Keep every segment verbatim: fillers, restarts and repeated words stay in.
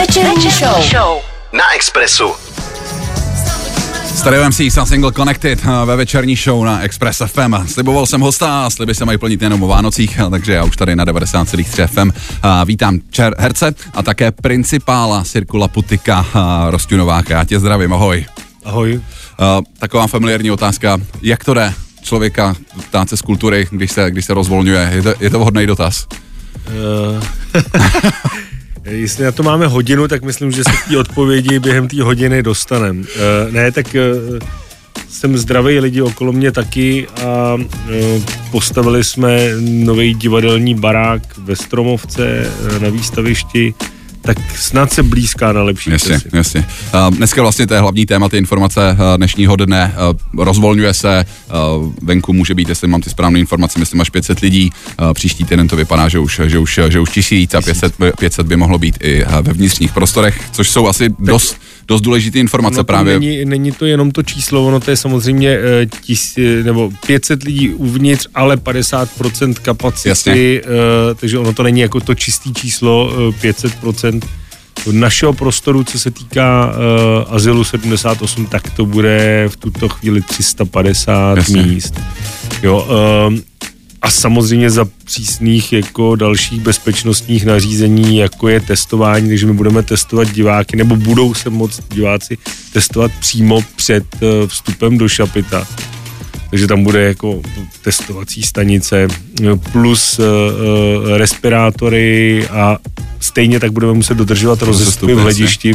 Večerní show na Expressu. Stereo M C Single Connected ve večerní show na Express F M. Sliboval jsem hosta a sliby se mají plnit jenom o Vánocích, takže já už tady na devadesát celá tři F M vítám čer herce a také principála Cirkula Putika Rosťu Nováka. Já tě zdravím, ahoj. Ahoj. Taková familiární otázka, jak to jde člověka ptát se z kultury, když se, když se rozvolňuje? Je to, je to vhodný dotaz? Uh, jestli na to máme hodinu, tak myslím, že se k té odpovědi během té hodiny dostaneme. Uh, ne, tak uh, jsem zdravý, lidi okolo mě taky a uh, postavili jsme nový divadelní barák ve Stromovce uh, na výstavišti, tak snad se blízká na lepší jasně, časy. Jasně. Uh, dneska vlastně to je hlavní téma, ty informace uh, dnešního dne. Uh, rozvolňuje se, uh, venku může být, jestli mám ty správné informace, myslím až pět set lidí. Uh, příští týden to vypadá, že už, že už, že už tisíc a pět set, pět set by mohlo být i uh, ve vnitřních prostorech, což jsou asi tak dost, dost důležité informace no právě. Není, není to jenom to číslo, ono to je samozřejmě uh, tis, nebo pět set lidí uvnitř, ale padesát procent kapacity, uh, takže ono to není jako to čistý číslo uh, pět set procent. Našeho prostoru, co se týká uh, azylu sedmdesát osm, tak to bude v tuto chvíli tři sta padesát jasně míst. Jo, uh, a samozřejmě za přísných jako dalších bezpečnostních nařízení, jako je testování, takže my budeme testovat diváky, nebo budou se moct diváci testovat přímo před uh, vstupem do Šapita. Takže tam bude jako testovací stanice plus uh, uh, respirátory a stejně tak budeme muset dodržovat rozestupy v hledišti.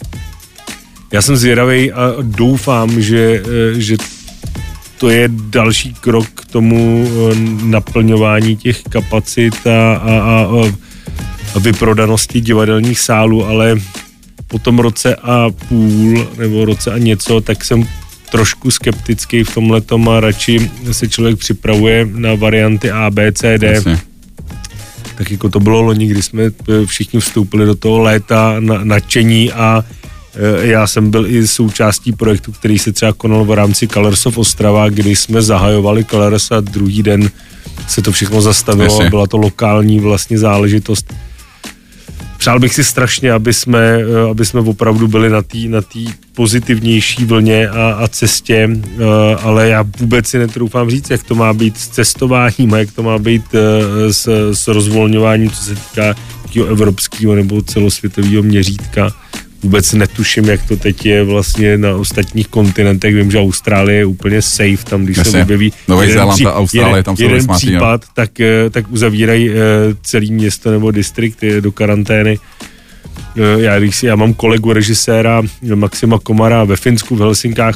Já jsem zvědavej a doufám, že, že to je další krok k tomu naplňování těch kapacit a, a, a, a vyprodanosti divadelních sálů, ale po tom roce a půl nebo roce a něco, tak jsem trošku skeptický v tomhletom a radši se člověk připravuje na varianty A, B, C, D. Jasně. Tak jako to bylo loni, kdy jsme všichni vstoupili do toho léta na nadšení a e, já jsem byl i součástí projektu, který se třeba konal v rámci Colors of Ostrava, kdy jsme zahajovali Colors a druhý den se to všechno zastavilo. Jasně. Byla to lokální vlastně záležitost. Přál bych si strašně, aby jsme, aby jsme opravdu byli na té na té pozitivnější vlně a, a cestě, ale já vůbec si netroufám říct, jak to má být s cestováním a jak to má být s, s rozvolňováním, co se týká evropského nebo celosvětového měřítka. Vůbec netuším, jak to teď je vlastně na ostatních kontinentech. Vím, že Austrálie je úplně safe, tam když Jasně. se objeví Nový Zéland a Austrálie, tam jsou jeden smátí, případ, tak, tak uzavírají celý město nebo distrikt do karantény. Já, když, já mám kolegu režiséra Maxima Komara ve Finsku, v Helsinkách.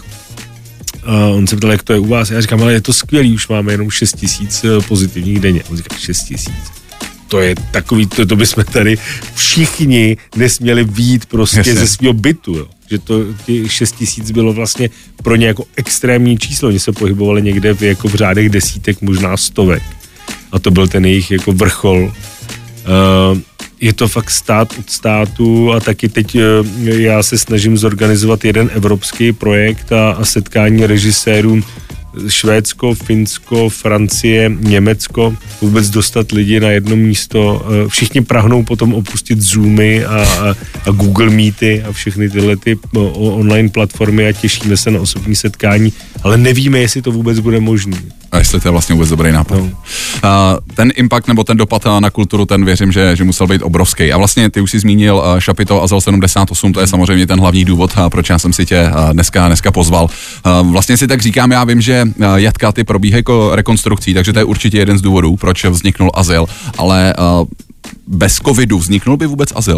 On se ptal, jak to je u vás. Já říkám, ale je to skvělý, už máme jenom šest tisíc pozitivních denně. On říká, šest tisíc. To je takový, to, to bychom tady všichni nesměli vyjít prostě Jasně. ze svého bytu, jo. Že to těch šest tisíc bylo vlastně pro ně jako extrémní číslo. Oni se pohybovali někde v, jako v řádech desítek, možná stovek. A to byl ten jejich jako vrchol. Uh, je to fakt stát od státu a taky teď uh, já se snažím zorganizovat jeden evropský projekt a, a setkání režisérů Švédsko, Finsko, Francie, Německo, vůbec dostat lidi na jedno místo. Všichni prahnou potom opustit Zoomy a, a, a Google Meety a všechny tyhle ty online platformy a těšíme se na osobní setkání, ale nevíme, jestli to vůbec bude možný. A jestli to je vlastně vůbec dobrý nápad. No. Ten impact nebo ten dopad na kulturu, ten věřím, že, že musel být obrovský. A vlastně ty už si zmínil Šapito Azyl sedmdesát osm, to je samozřejmě ten hlavní důvod, proč já jsem si tě dneska, dneska pozval. Vlastně si tak říkám, já vím, že jatka ty probíhají jako rekonstrukcí, takže to je určitě jeden z důvodů, proč vzniknul Azyl, ale bez covidu vzniknul by vůbec Azyl?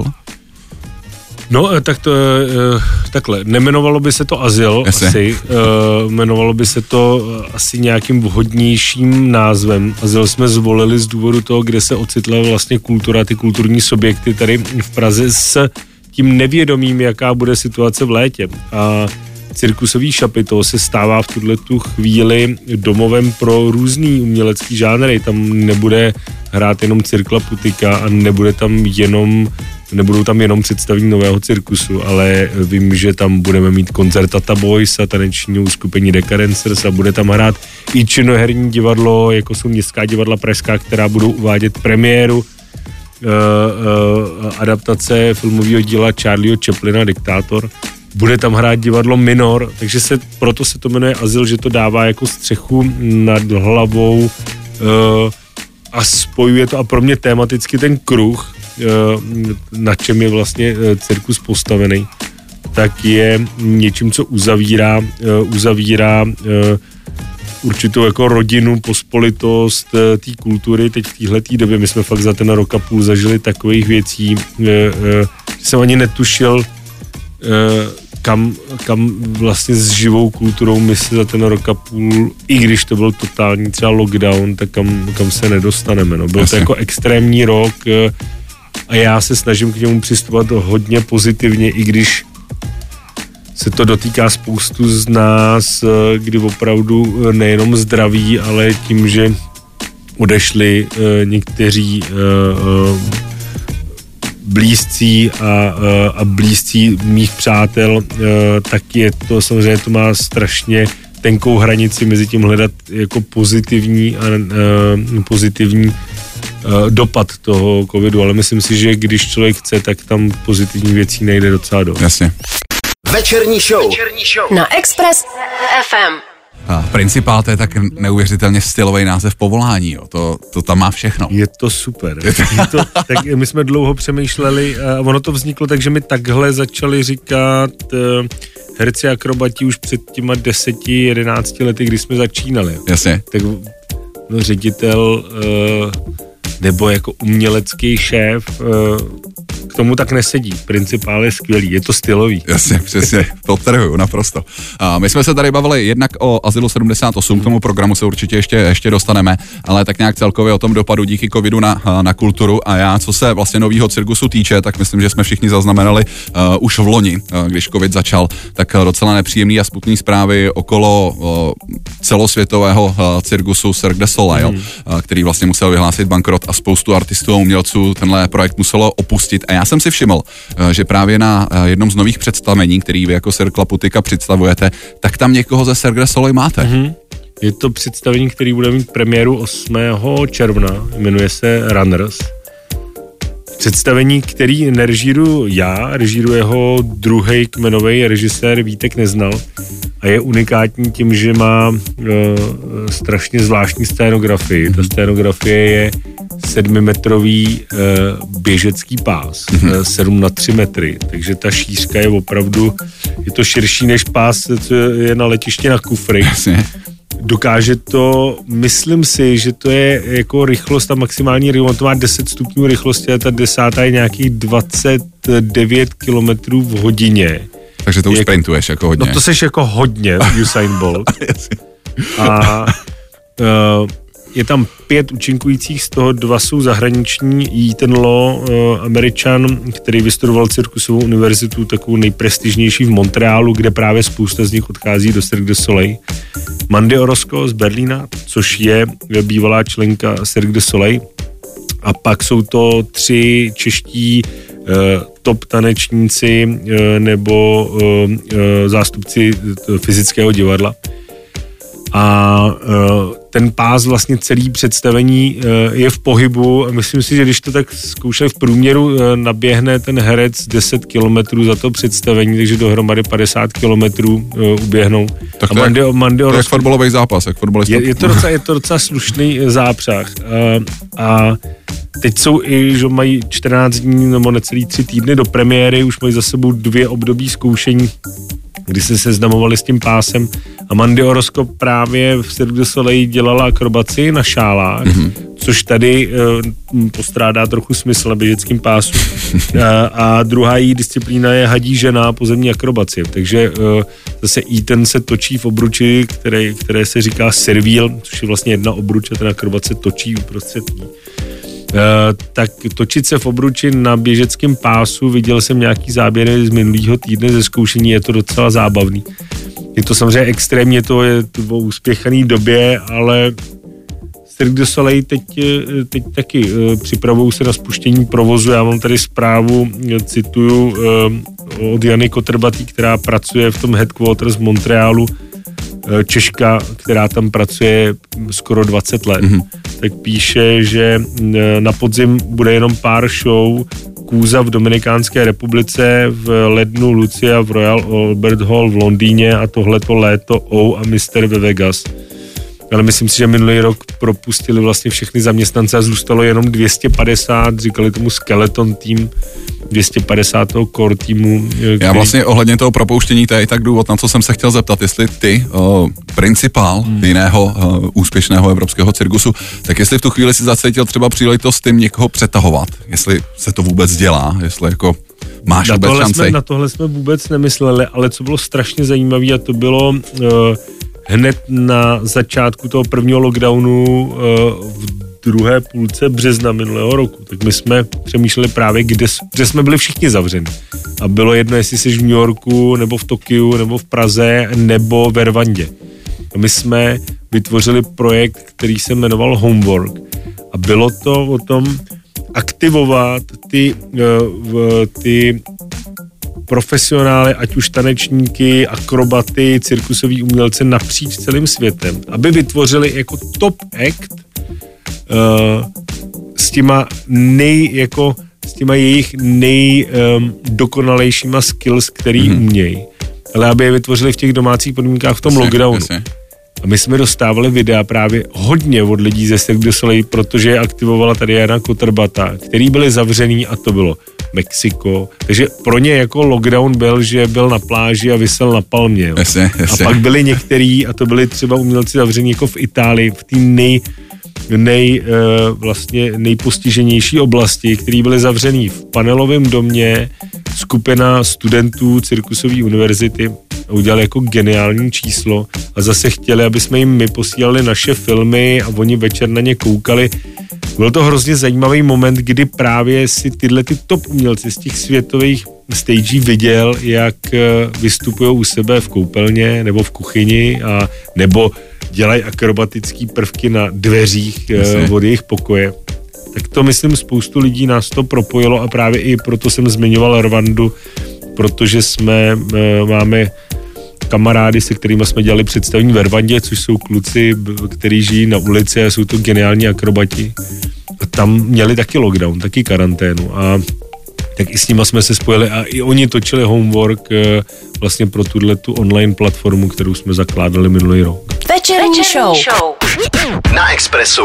No, tak to, takhle, nemenovalo by se to Azyl, Jasně. asi, uh, jmenovalo by se to asi nějakým vhodnějším názvem. Azyl jsme zvolili z důvodu toho, kde se ocitla vlastně kultura, ty kulturní subjekty tady v Praze s tím nevědomím, jaká bude situace v létě. A cirkusový Šapito se stává v tuto chvíli domovem pro různý umělecký žánry. Tam nebude hrát jenom Cirkla Putika a nebude tam jenom nebudou tam jenom představení nového cirkusu, ale vím, že tam budeme mít koncert Tata Boys a taneční uskupení Decadencers a bude tam hrát i činoherní divadlo, jako jsou Městská divadla pražská, která budou uvádět premiéru uh, adaptace filmového díla Charlieho Chaplina Diktátor. Bude tam hrát divadlo Minor, takže se, proto se to jmenuje Azyl, že to dává jako střechu nad hlavou uh, a spojuje to a pro mě tematicky ten kruh, uh, na čem je vlastně uh, cirkus postavený, tak je něčím, co uzavírá, uh, uzavírá uh, určitou jako rodinu, pospolitost uh, té kultury. Teď v téhletý době my jsme fakt za ten rok a půl zažili takových věcí, uh, uh, že jsem ani netušil, uh, kam, kam vlastně s živou kulturou my se za ten rok a půl, i když to byl totální třeba lockdown, tak kam, kam se nedostaneme. No. Byl Jasně. to jako extrémní rok uh, a já se snažím k němu přistupovat hodně pozitivně, i když se to dotýká spoustu z nás, kdy opravdu nejenom zdraví, ale tím, že odešli někteří blízcí a, a blízcí mých přátel, tak je to samozřejmě, to má strašně tenkou hranici mezi tím hledat jako pozitivní a pozitivní dopad toho covidu, ale myslím si, že když člověk chce, tak tam pozitivní věcí nejde docela dost. Jasně. Večerní show. Večerní show na Express F M. A principál, to je tak neuvěřitelně stylový název povolání, jo. To, to tam má všechno. Je to super. Je to, tak my jsme dlouho přemýšleli a ono to vzniklo tak, že mi takhle začali říkat uh, herci akrobati už před těma deseti, jedenácti lety, kdy jsme začínali. Jasně. Tak no, ředitel uh, nebo jako umělecký šéf uh, k tomu tak nesedí. Principál je skvělý, je to stylový. Jasně, přesně, podtrhuju, naprosto. A my jsme se tady bavili jednak o Azylu sedmdesát osm, k tomu programu se určitě ještě, ještě dostaneme, ale tak nějak celkově o tom dopadu díky covidu na, na kulturu. A já, co se vlastně novýho cirkusu týče, tak myslím, že jsme všichni zaznamenali uh, už v loni, uh, když covid začal, tak uh, docela nepříjemný a smutný zprávy okolo uh, celosvětového uh, cirkusu Cirque du Soleil, mm. uh, který vlastně musel vyhlásit bankrot a spoustu artistů a umělců tenhle projekt muselo opustit. A já jsem si všiml, že právě na jednom z nových představení, který vy jako Cirque Laputika představujete, tak tam někoho ze Cirque du Soleil máte. Mm-hmm. Je to představení, který bude mít premiéru osmého června, jmenuje se Runners. Představení, který nerežíruju já, režíruje ho druhý kmenový režisér Vítek Neznal a je unikátní tím, že má uh, strašně zvláštní scénografii. Ta scénografie je sedmimetrový uh, běžecký pás, uh, sedm na tři metry, takže ta šířka je opravdu, je to širší než pás, co je na letišti na Kufry. Dokáže to, myslím si, že to je jako rychlost a maximální rychlost, to má deset stupňů rychlosti a ta desátá je nějakých dvacet devět kilometrů v hodině. Takže to už jako, sprintuješ jako hodně. No to seš jako hodně, Usain Bolt. A uh, je tam pět účinkujících, z toho dva jsou zahraniční. Ethan Law, uh, Američan, který vystudoval cirkusovou univerzitu, takovou nejprestižnější v Montrealu, kde právě spousta z nich odchází do Cirque du Soleil. Mandy Orozco z Berlína, což je bývalá členka Cirque du Soleil. A pak jsou to tři čeští uh, top tanečníci uh, nebo uh, uh, zástupci fyzického divadla. A uh, ten pás vlastně celý představení uh, je v pohybu. Myslím si, že když to tak zkoušeli v průměru, uh, naběhne ten herec deset kilometrů za to představení, takže dohromady padesát kilometrů uh, uběhnou. Tak to, a Mandy, jak, Mandy to je jak fotbalový zápas, jak fotbalista. Je, je, to docela, je to docela slušný zápřah. Uh, a teď jsou i, že mají čtrnáct dní nebo necelý tři týdny do premiéry, už mají za sebou dvě období zkoušení, kdy se seznamovali s tím pásem. A Mandy Orozco právě v Cirque du Soleil dělala akrobaci na šálách, mm-hmm. což tady uh, postrádá trochu smysl na běžeckým pásu. a, a druhá její disciplína je hadí žena pozemní akrobaci. Takže uh, zase Ethan se točí v obruči, které, které se říká servíl, což je vlastně jedna obruč a ten akrobat se točí uprostřed ní. Uh, tak točit se v obruči na běžeckém pásu, viděl jsem nějaký záběry z minulého týdne ze zkoušení, je to docela zábavný. Je to samozřejmě extrémně, to je v úspěchaný době, ale Cirque du Soleil teď, teď taky uh, připravují se na spuštění provozu. Já mám tady zprávu, cituju uh, od Jany Kotrbatý, která pracuje v tom headquarters v Montrealu, Češka, která tam pracuje skoro dvacet let. Mm-hmm. tak píše, že na podzim bude jenom pár show, Kůza v Dominikánské republice, v lednu Lucia v Royal Albert Hall v Londýně a tohleto léto O a mister ve Vegas. Ale myslím si, že minulý rok propustili vlastně všechny zaměstnance a zůstalo jenom dvě stě padesát, říkali tomu Skeleton Team, dvě stě padesát core týmu. Který... Já vlastně ohledně toho propouštění, to je i tak důvod, na co jsem se chtěl zeptat, jestli ty, o, principál hmm. jiného o, úspěšného evropského cirkusu, tak jestli v tu chvíli si zacítil třeba příležitost tím někoho přetahovat, jestli se to vůbec dělá, jestli jako máš na vůbec šanci. Jsme, na tohle jsme vůbec nemysleli, ale co bylo strašně zajímavé, a to bylo uh, hned na začátku toho prvního lockdownu uh, v druhé půlce března minulého roku, tak my jsme přemýšleli právě, kde, kde jsme byli všichni zavřeni. A bylo jedno, jestli jsi v New Yorku, nebo v Tokiu, nebo v Praze, nebo v Rwandě. A my jsme vytvořili projekt, který se jmenoval Homework. A bylo to o tom aktivovat ty, uh, ty profesionály, ať už tanečníky, akrobaty, cirkusový umělce napříč celým světem, aby vytvořili jako top act uh, s těma nej, jako s těma jejich nejdokonalejšíma um, skills, který mm-hmm. umějí. Ale aby je vytvořili v těch domácích podmínkách v tom jasně, lockdownu. Jasně. A my jsme dostávali videa právě hodně od lidí ze Cirque du Soleil, protože je aktivovala tady Jana Kotrbata, který byli zavřený a to bylo Mexiko. Takže pro ně jako lockdown byl, že byl na pláži a visel na palmě. Jasně, jasně. A pak byli některý, a to byli třeba umělci zavření jako v Itálii, v té nej, nej, vlastně nejpostiženější oblasti, který byli zavřený v panelovém domě, skupina studentů Cirkusové univerzity udělali jako geniální číslo a zase chtěli, aby jsme jim my posílali naše filmy a oni večer na ně koukali. Byl to hrozně zajímavý moment, kdy právě si tyhle ty top umělci z těch světových stagí viděl, jak vystupují u sebe v koupelně nebo v kuchyni a nebo dělají akrobatické prvky na dveřích Myslím. od jejich pokoje. Tak to, myslím, spoustu lidí nás to propojilo a právě i proto jsem zmiňoval Rwandu, protože jsme, máme kamarády, se kterými jsme dělali představení ve Rwandě, což jsou kluci, kteří žijí na ulici a jsou to geniální akrobati. A tam měli taky lockdown, taky karanténu a tak i s nima jsme se spojili a i oni točili Homework vlastně pro tuhletu online platformu, kterou jsme zakládali minulý rok. Večerní show. show na Expressu.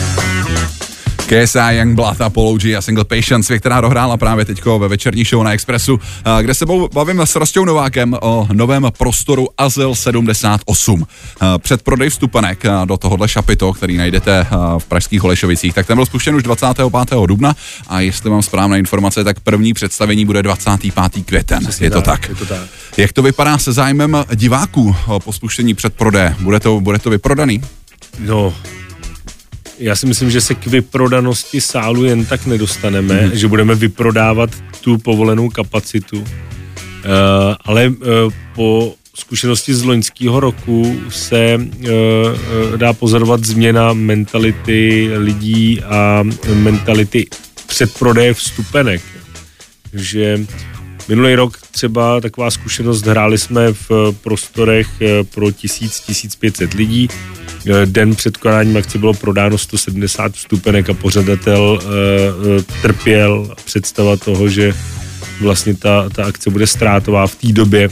K S I, Youngblood a Polo G a single Patience, která dohrála právě teďko ve večerní show na Expressu, kde se bavím s Rostou Novákem o novém prostoru Azyl sedmdesát osm. Předprodej vstupenek do tohohle šapito, který najdete v pražských Holešovicích, tak ten byl spuštěn už dvacátého pátého dubna a jestli mám správné informace, tak první představení bude dvacátého pátého květen. Je to tak. Je to tak. Jak to vypadá se zájmem diváků po spuštění předprodeje? Bude to, bude to vyprodaný? No, já si myslím, že se k vyprodanosti sálu jen tak nedostaneme, mm. že budeme vyprodávat tu povolenou kapacitu. Uh, ale uh, po zkušenosti z loňského roku se uh, uh, dá pozorovat změna mentality lidí a mentality předprodeje vstupenek. Takže minulý rok třeba taková zkušenost, hráli jsme v prostorech pro tisíc, tisíc pět set lidí. Den před konáním akce bylo prodáno sto sedmdesát vstupenek a pořadatel uh, trpěl představa toho, že vlastně ta, ta akce bude ztrátová v té době.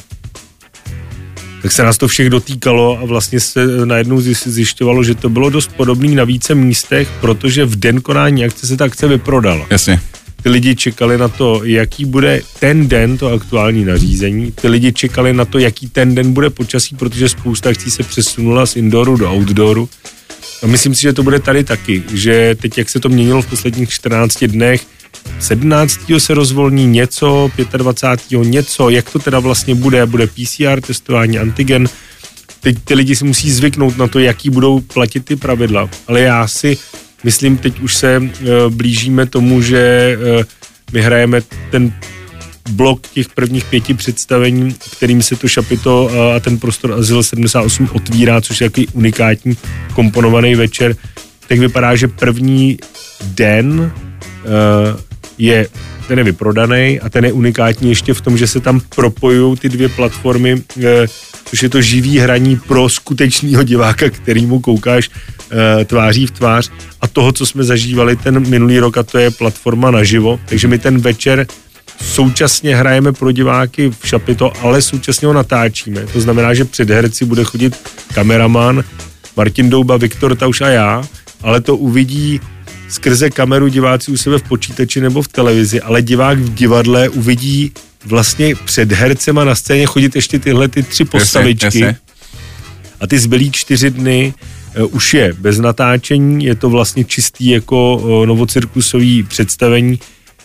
Tak se nás to všech dotýkalo a vlastně se najednou zjišťovalo, že to bylo dost podobné na více místech, protože v den konání akce se ta akce vyprodala. Jasně. Ty lidi čekali na to, jaký bude ten den to aktuální nařízení. Ty lidi čekali na to, jaký ten den bude počasí, protože spousta akcí se přesunula z indooru do outdooru. A myslím si, že to bude tady taky, že teď, jak se to měnilo v posledních čtrnácti dnech, sedmnáctého se rozvolní něco, dvacátého pátého něco, jak to teda vlastně bude, bude P C R testování, antigen. Teď ty lidi si musí zvyknout na to, jaký budou platit ty pravidla. Ale já si myslím, teď už se uh, blížíme tomu, že uh, my hrajeme ten blok těch prvních pěti představení, kterým se to šapito uh, a ten prostor Azyl sedmdesát osm otvírá, což je takový unikátní komponovaný večer. Tak vypadá, že první den uh, je ten je vyprodaný a ten je unikátní ještě v tom, že se tam propojují ty dvě platformy, uh, což je to živý hraní pro skutečného diváka, kterýmu koukáš e, tváří v tvář a toho, co jsme zažívali ten minulý rok, a to je platforma naživo. Takže my ten večer současně hrajeme pro diváky v Šapito, ale současně ho natáčíme. To znamená, že před herci bude chodit kameraman Martin Douba, Viktor Tauš a já, ale to uvidí skrze kameru diváci u sebe v počítači nebo v televizi, ale divák v divadle uvidí vlastně před hercema na scéně chodit ještě tyhle ty tři postavičky. Jasně, jasně. A ty zbylý čtyři dny uh, už je bez natáčení, je to vlastně čistý jako uh, novocirkusový představení,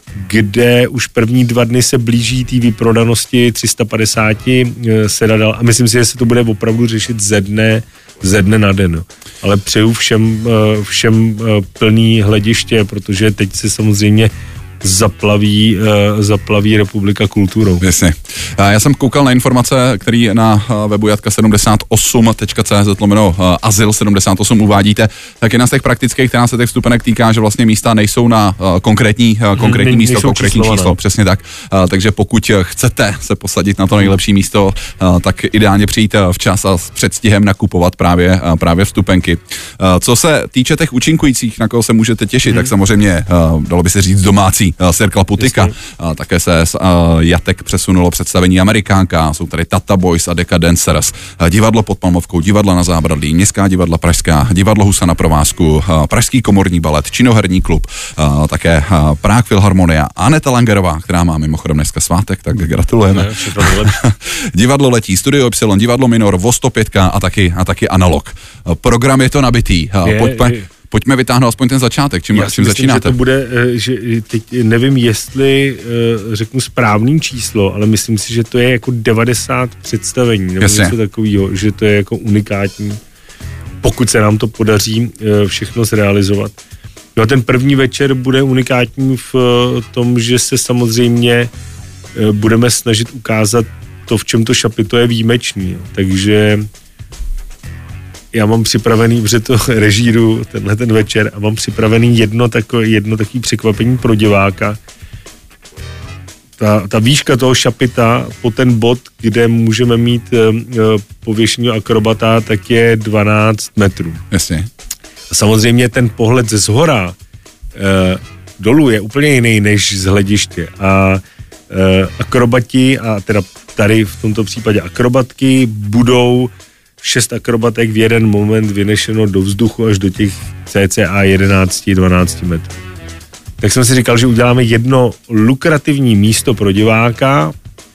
kde už první dva dny se blíží té vyprodanosti tři sta padesát uh, sedadel a myslím si, že se to bude opravdu řešit ze dne, ze dne na den. Ale přeju všem, uh, všem uh, plný hlediště, protože teď se samozřejmě zaplaví, uh, zaplaví republika kulturou. Jasně. Já jsem koukal na informace, který na webu jatka sedmdesát osm tečka cé zet lomeno azyl sedmdesát osm uvádíte, tak jedna z těch praktických, která se těch vstupenek týká, že vlastně místa nejsou na konkrétní, konkrétní hmm, místo, konkrétní číslo, číslo přesně tak. Takže pokud chcete se posadit na to nejlepší místo, tak ideálně přijít včas a s předstihem nakupovat právě, právě vstupenky. Co se týče těch účinkujících, na koho se můžete těšit, hmm. tak samozřejmě dalo by se říct domácí Cirkla Putika. Také se jatek přesunulo představení Amerikánka, jsou tady Tata Boys a Decadancers, divadlo pod Palmovkou, divadla na Zábradlí, Městská divadla Pražská, divadlo Husa na provázku, Pražský komorní balet, Činoherní klub, také Prague Filharmonia, Aneta Langerová, která má mimochodem dneska svátek, tak gratulujeme. Divadlo Letí, Studio Y, divadlo Minor, Vo sto pět a taky, a taky Analog. Program je to nabitý. Je, Pojďme, je. Pojďme vytáhnout aspoň ten začátek, čím, čím myslím, začínáte. Že to bude, že teď nevím, jestli řeknu správný číslo, ale myslím si, že to je jako devadesát představení, nebo něco takového, že to je jako unikátní, pokud se nám to podaří všechno zrealizovat. No a ten první večer bude unikátní v tom, že se samozřejmě budeme snažit ukázat to, v čem to Šapito je výjimečný. Takže já mám připravený, protože to režíru tenhle ten večer a mám připravený jedno takové, jedno takové překvapení pro diváka. Ta, ta výška toho Šapita po ten bod, kde můžeme mít uh, pověšení akrobata, tak je dvanáct metrů. Jasně. A samozřejmě ten pohled ze zhora uh, dolů je úplně jiný než z hlediště. A uh, akrobati, a teda tady v tomto případě akrobatky, budou šest akrobatek v jeden moment vynešeno do vzduchu až do těch cca jedenáct dvanáct metrů. Tak jsem si říkal, že uděláme jedno lukrativní místo pro diváka,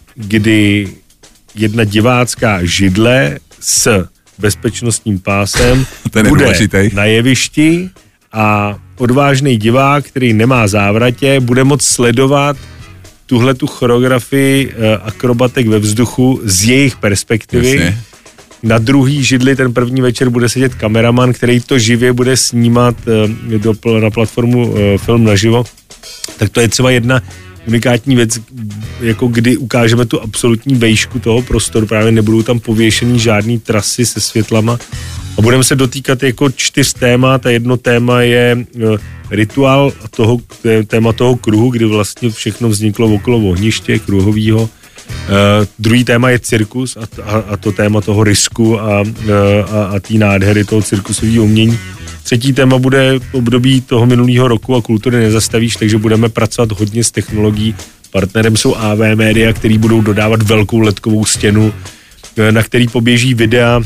kdy jedna divácká židle s bezpečnostním pásem bude na jevišti a odvážný divák, který nemá závratě, bude moct sledovat tuhletu choreografii akrobatek ve vzduchu z jejich perspektivy. Jasně. Na druhý židli ten první večer bude sedět kameraman, který to živě bude snímat do, na platformu Film naživo. Tak to je třeba jedna unikátní věc, jako kdy ukážeme tu absolutní vejšku toho prostoru, právě nebudou tam pověšený žádný trasy se světlama a budeme se dotýkat jako čtyř témat a jedno téma je rituál a toho, téma toho kruhu, kdy vlastně všechno vzniklo okolo ohniště kruhovýho. Uh, druhý téma je cirkus a, a, a to téma toho risku a, a, a té nádhery toho cirkusového umění. Třetí téma bude období toho minulého roku a kultury nezastavíš, takže budeme pracovat hodně s technologií. Partnerem jsou á vé Media, který budou dodávat velkou ledkovou stěnu, na který poběží videa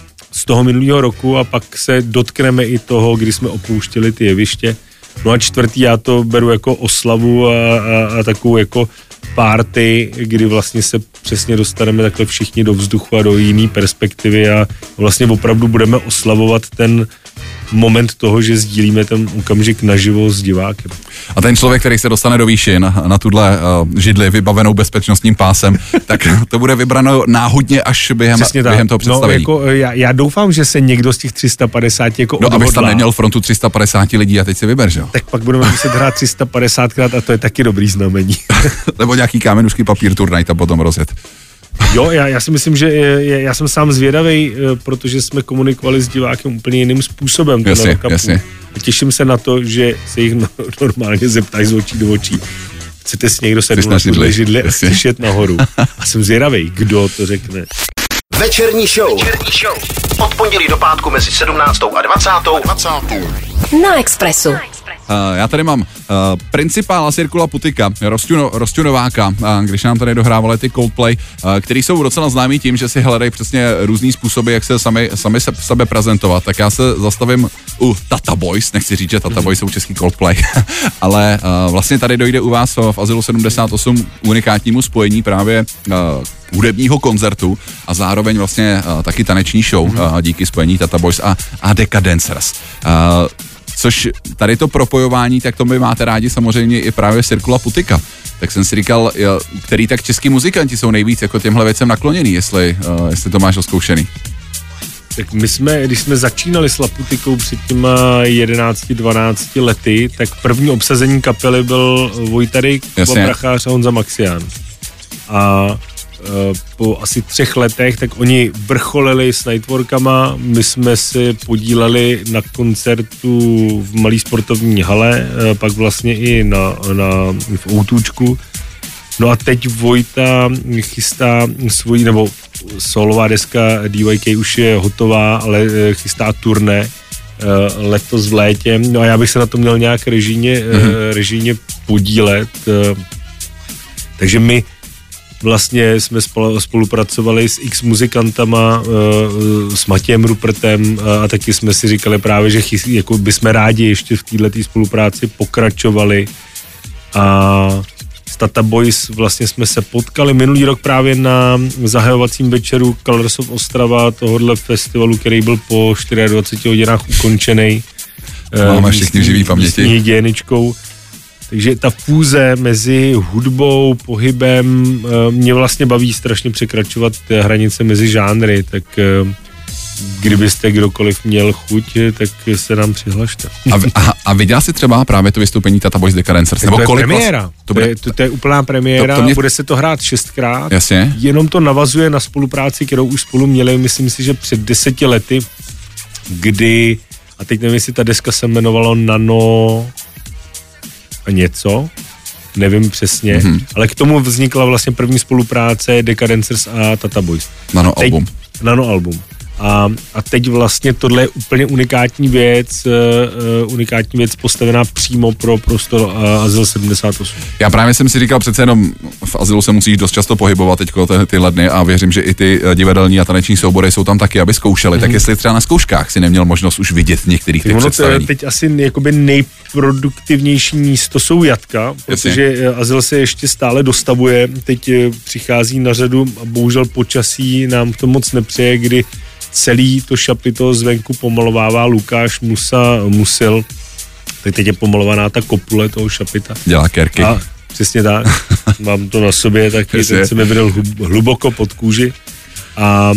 z toho minulého roku a pak se dotkneme i toho, kdy jsme opouštěli ty jeviště. No a čtvrtý, já to beru jako oslavu a, a, a takovou jako party, kdy vlastně se přesně dostaneme takhle všichni do vzduchu a do jiný perspektivy a vlastně opravdu budeme oslavovat ten moment toho, že sdílíme ten okamžik naživo s divákem. A ten člověk, který se dostane do výšin na, na tuhle uh, židli vybavenou bezpečnostním pásem, tak to bude vybrano náhodně až během, během toho představení. No, jako, já, já doufám, že se někdo z těch tři sta padesát jako No, abys tam neměl frontu tři sta padesát lidí a teď si vyber, že jo? Tak pak budeme muset hrát tři sta padesátkrát a to je taky dobrý znamení. Nebo nějaký kámenušky papír turnaj tam potom rozjet. Jo, já, já si myslím, že je, já jsem sám zvědavej, protože jsme komunikovali s divákem úplně jiným způsobem. Jasně, jasně. Těším se na to, že se jich normálně zeptáš z očí do očí. Chcete si někdo sednout na židli, židli a chceš jet nahoru. A jsem zvědavej, kdo to řekne. Večerní show. Večerní show. Od pondělí do pátku mezi sedmnáctou a dvacátou Na Expressu. Uh, já tady mám uh, principála Cirkula Putika, Rosťu, Rosťu Nováka, uh, když nám tady dohrávali ty Coldplay, uh, který jsou docela známí tím, že si hledají přesně různý způsoby, jak se sami, sami se, sebe prezentovat. Tak já se zastavím u Tata Boys, nechci říct, že Tata Boys jsou český Coldplay, ale uh, vlastně tady dojde u vás v Azylu sedmdesát osm unikátnímu spojení právě uh, hudebního koncertu a zároveň vlastně uh, taky taneční show uh, díky spojení Tata Boys a, a Decadencers. Uh, Což tady to propojování, tak to my máte rádi samozřejmě i právě Cirkula Putika. Tak jsem si říkal, který tak český muzikanti jsou nejvíc jako těmhle věcem nakloněný, jestli, uh, jestli to máš oskoušený. Tak my jsme, když jsme začínali s Laputikou před těma jedenácti dvanácti lety, tak první obsazení kapely byl Vojtarik, Prachář a Honza Maxián. A po asi třech letech, tak oni vrcholili s Nightworkama, my jsme se podíleli na koncertu v malý sportovní hale, pak vlastně i na, na, v Outůčku. No a teď Vojta chystá svoji, nebo solová deska D Y K už je hotová, ale chystá turné letos v létě. No a já bych se na to měl nějak režijně, mm-hmm. režijně podílet. Takže my vlastně jsme spolupracovali s x muzikantama, s Matějem Rupertem a taky jsme si říkali právě, že chys, jako bychom rádi ještě v této spolupráci pokračovali. A s Tata Boys vlastně jsme se potkali minulý rok právě na zahajovacím večeru Colors of Ostrava, tohohle festivalu, který byl po dvaceti čtyřech hodinách ukončený. Máme všichni živý paměti. Hygieničkou. Takže ta fúze mezi hudbou, pohybem mě vlastně baví strašně překračovat hranice mezi žánry, tak kdybyste kdokoliv měl chuť, tak se nám přihlašte. A, a, a viděl jsi třeba právě to vystoupení Tata Boys Decadencers? To je premiéra, to, bude, to, je, to, to je úplná premiéra, to, to mě... bude se to hrát šestkrát. Jasně. Jenom to navazuje na spolupráci, kterou už spolu měli, myslím si, že před deseti lety, kdy, a teď nevím, jestli ta deska se jmenovalo Nano... a něco, nevím přesně, mm-hmm. ale k tomu vznikla vlastně první spolupráce Decadencers a Tata Boys. Nano teď, album. Nano album. A, a teď vlastně tohle je úplně unikátní věc, uh, unikátní věc postavená přímo pro prostor uh, Azyl sedmdesát osm. Já právě jsem si říkal, přece jenom v Azylu se musíš dost často pohybovat teďko ty, tyhle dny a věřím, že i ty divadelní a taneční soubory jsou tam taky, aby zkoušeli. Mm-hmm. Tak jestli třeba na zkouškách si neměl možnost už vidět některých těch představení. Teď asi jakoby nejproduktivnější místo jsou jatka, protože Jasně. Azyl se ještě stále dostavuje, teď přichází na řadu a bohužel počasí nám to moc nepřeje, kdy celý to šapito zvenku pomalovává Lukáš Musa, Musil. Tak teď je pomalovaná ta kopule toho šapita. Dělá kerky. A přesně tak. Mám to na sobě, tak ten se mi vydal hluboko pod kůži. A,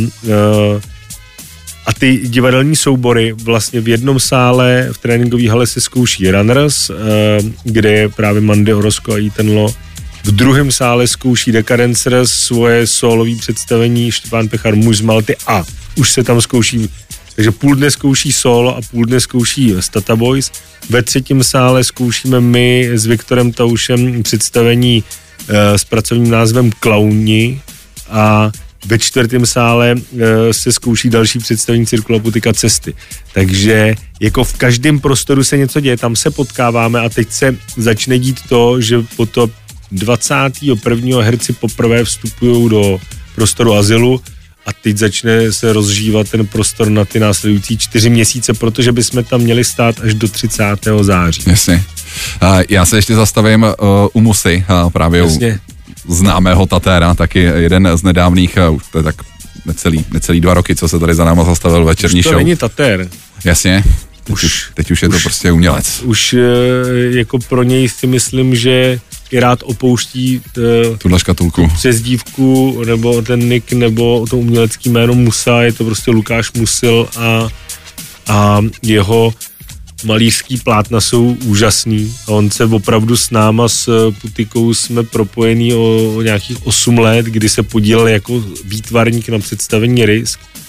a ty divadelní soubory vlastně v jednom sále, v tréninkové hale se zkouší Runners, kde je právě Mandy Orozco a Itenlo. V druhém sále zkouší Decadencers svoje solový představení Štěpán Pechar, muž z Malty a už se tam zkouší, takže půl dne zkouší solo a půl dne zkouší Tata Boys. Ve třetím sále zkoušíme my s Viktorem Taušem představení e, s pracovním názvem Klauni a ve čtvrtém sále e, se zkouší další představení Cirkula Putika Cesty. Takže jako v každém prostoru se něco děje, tam se potkáváme a teď se začne dít to, že po to dvacátého prvního herci poprvé vstupují do prostoru Azylu a teď začne se rozžívat ten prostor na ty následující čtyři měsíce, protože bychom tam měli stát až do třicátého září. Jasně. Uh, já se ještě zastavím uh, u Musy, uh, právě Jasně. u známého Tatéra, taky jeden z nedávných, uh, to je tak necelý, necelý dva roky, co se tady za náma zastavil večerní show. Už to není Tatér. Jasně. Teď už, teď už je už, to prostě umělec. Už jako pro něj si myslím, že i rád opouští t, tuhle škatulku. Přezdívku, nebo ten nick, nebo to umělecký jméno Musa, je to prostě Lukáš Musil a, a jeho malířský plátna jsou úžasný a on se opravdu s náma, s Putikou jsme propojení o, o nějakých osm let, kdy se podílel jako výtvarník na představení Risk.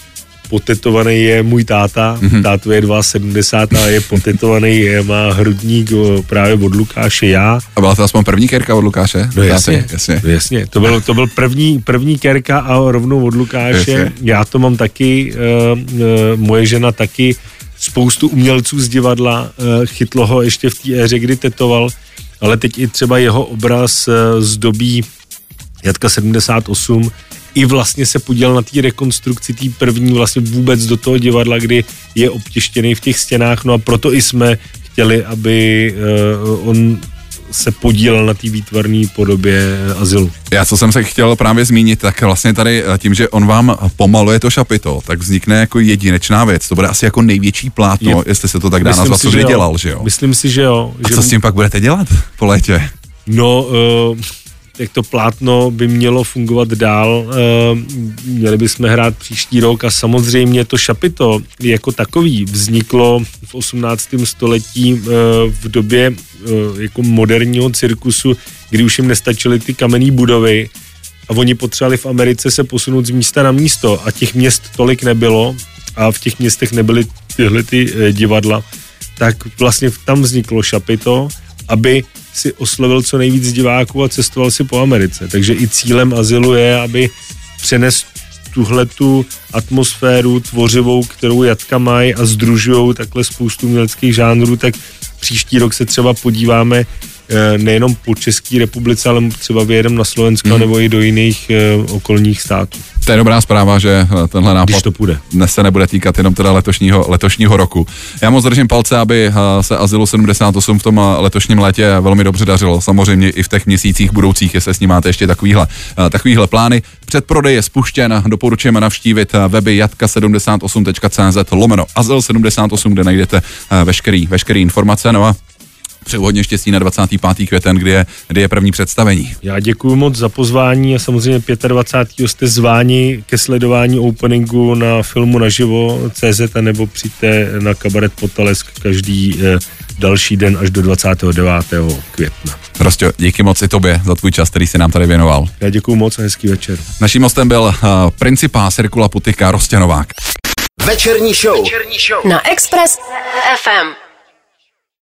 potetovaný je můj táta, mm-hmm. tátu je sedmdesát dva a je potetovaný, je, má hrudník o, právě od Lukáše, já. A byla to aspoň první kerka od Lukáše? No jasně, jasně. No jasně. To byl, to byl první, první kerka a rovnou od Lukáše. Jasně. Já to mám taky, uh, uh, moje žena taky, spoustu umělců z divadla, uh, chytlo ho ještě v té éře, kdy tetoval, ale teď i třeba jeho obraz uh, zdobí Jatka sedmdesát osm, i vlastně se podílel na té rekonstrukci té první vlastně vůbec do toho divadla, kdy je obtěštěný v těch stěnách, no a proto i jsme chtěli, aby uh, on se podílel na té výtvarné podobě azylu. Já, co jsem se chtěl právě zmínit, tak vlastně tady tím, že on vám pomaluje to šapito, tak vznikne jako jedinečná věc. To bude asi jako největší plátno, je, jestli se to tak dá nazvat, co kdy dělal, že jo? Myslím si, že jo. A že co s tím pak budete dělat po létě? No, uh, jak to plátno by mělo fungovat dál, měli bychom hrát příští rok a samozřejmě to šapito jako takový vzniklo v osmnáctém století v době jako moderního cirkusu, kdy už jim nestačily ty kamenné budovy a oni potřebovali v Americe se posunout z místa na místo a těch měst tolik nebylo a v těch městech nebyly tyhle ty divadla, tak vlastně tam vzniklo šapito, aby si oslovil co nejvíc diváků a cestoval si po Americe. Takže i cílem azylu je, aby přenes tuhletu atmosféru tvořivou, kterou jatka mají a sdružujou takhle spoustu uměleckých žánrů, tak příští rok se třeba podíváme nejenom po České republice, ale třeba vyjedeme na Slovensko hmm. nebo i do jiných uh, okolních států. To je dobrá zpráva, že tenhle nápad to půjde. Dnes se nebude týkat jenom teda letošního, letošního roku. Já moc držím palce, aby uh, se Azylu sedmdesát osm v tom uh, letošním létě velmi dobře dařilo. Samozřejmě i v těch měsících budoucích, jestli s ním máte ještě takovýhle, uh, takovýhle plány. Předprodej je spuštěn, doporučujeme navštívit uh, weby jatka sedmdesát osm tečka cé zet lomeno Azyl sedmdesát osm, kde najdete uh, veškerý, veškerý informace. No a přeju hodně štěstí na dvacátého pátého květen, kdy je, kdy je první představení. Já děkuji moc za pozvání a samozřejmě dvacátého pátého jste zváni ke sledování openingu na filmu naživo tečka cé zet nebo přijďte na kabaret Potalesk každý eh, další den až do dvacátého devátého května. Rostě, díky moc i tobě za tvůj čas, který jsi nám tady věnoval. Já děkuji moc a hezký večer. Naším hostem byl uh, principál Cirkula Putika Rostě Novák. Večerní show. Večerní show na Express ef em.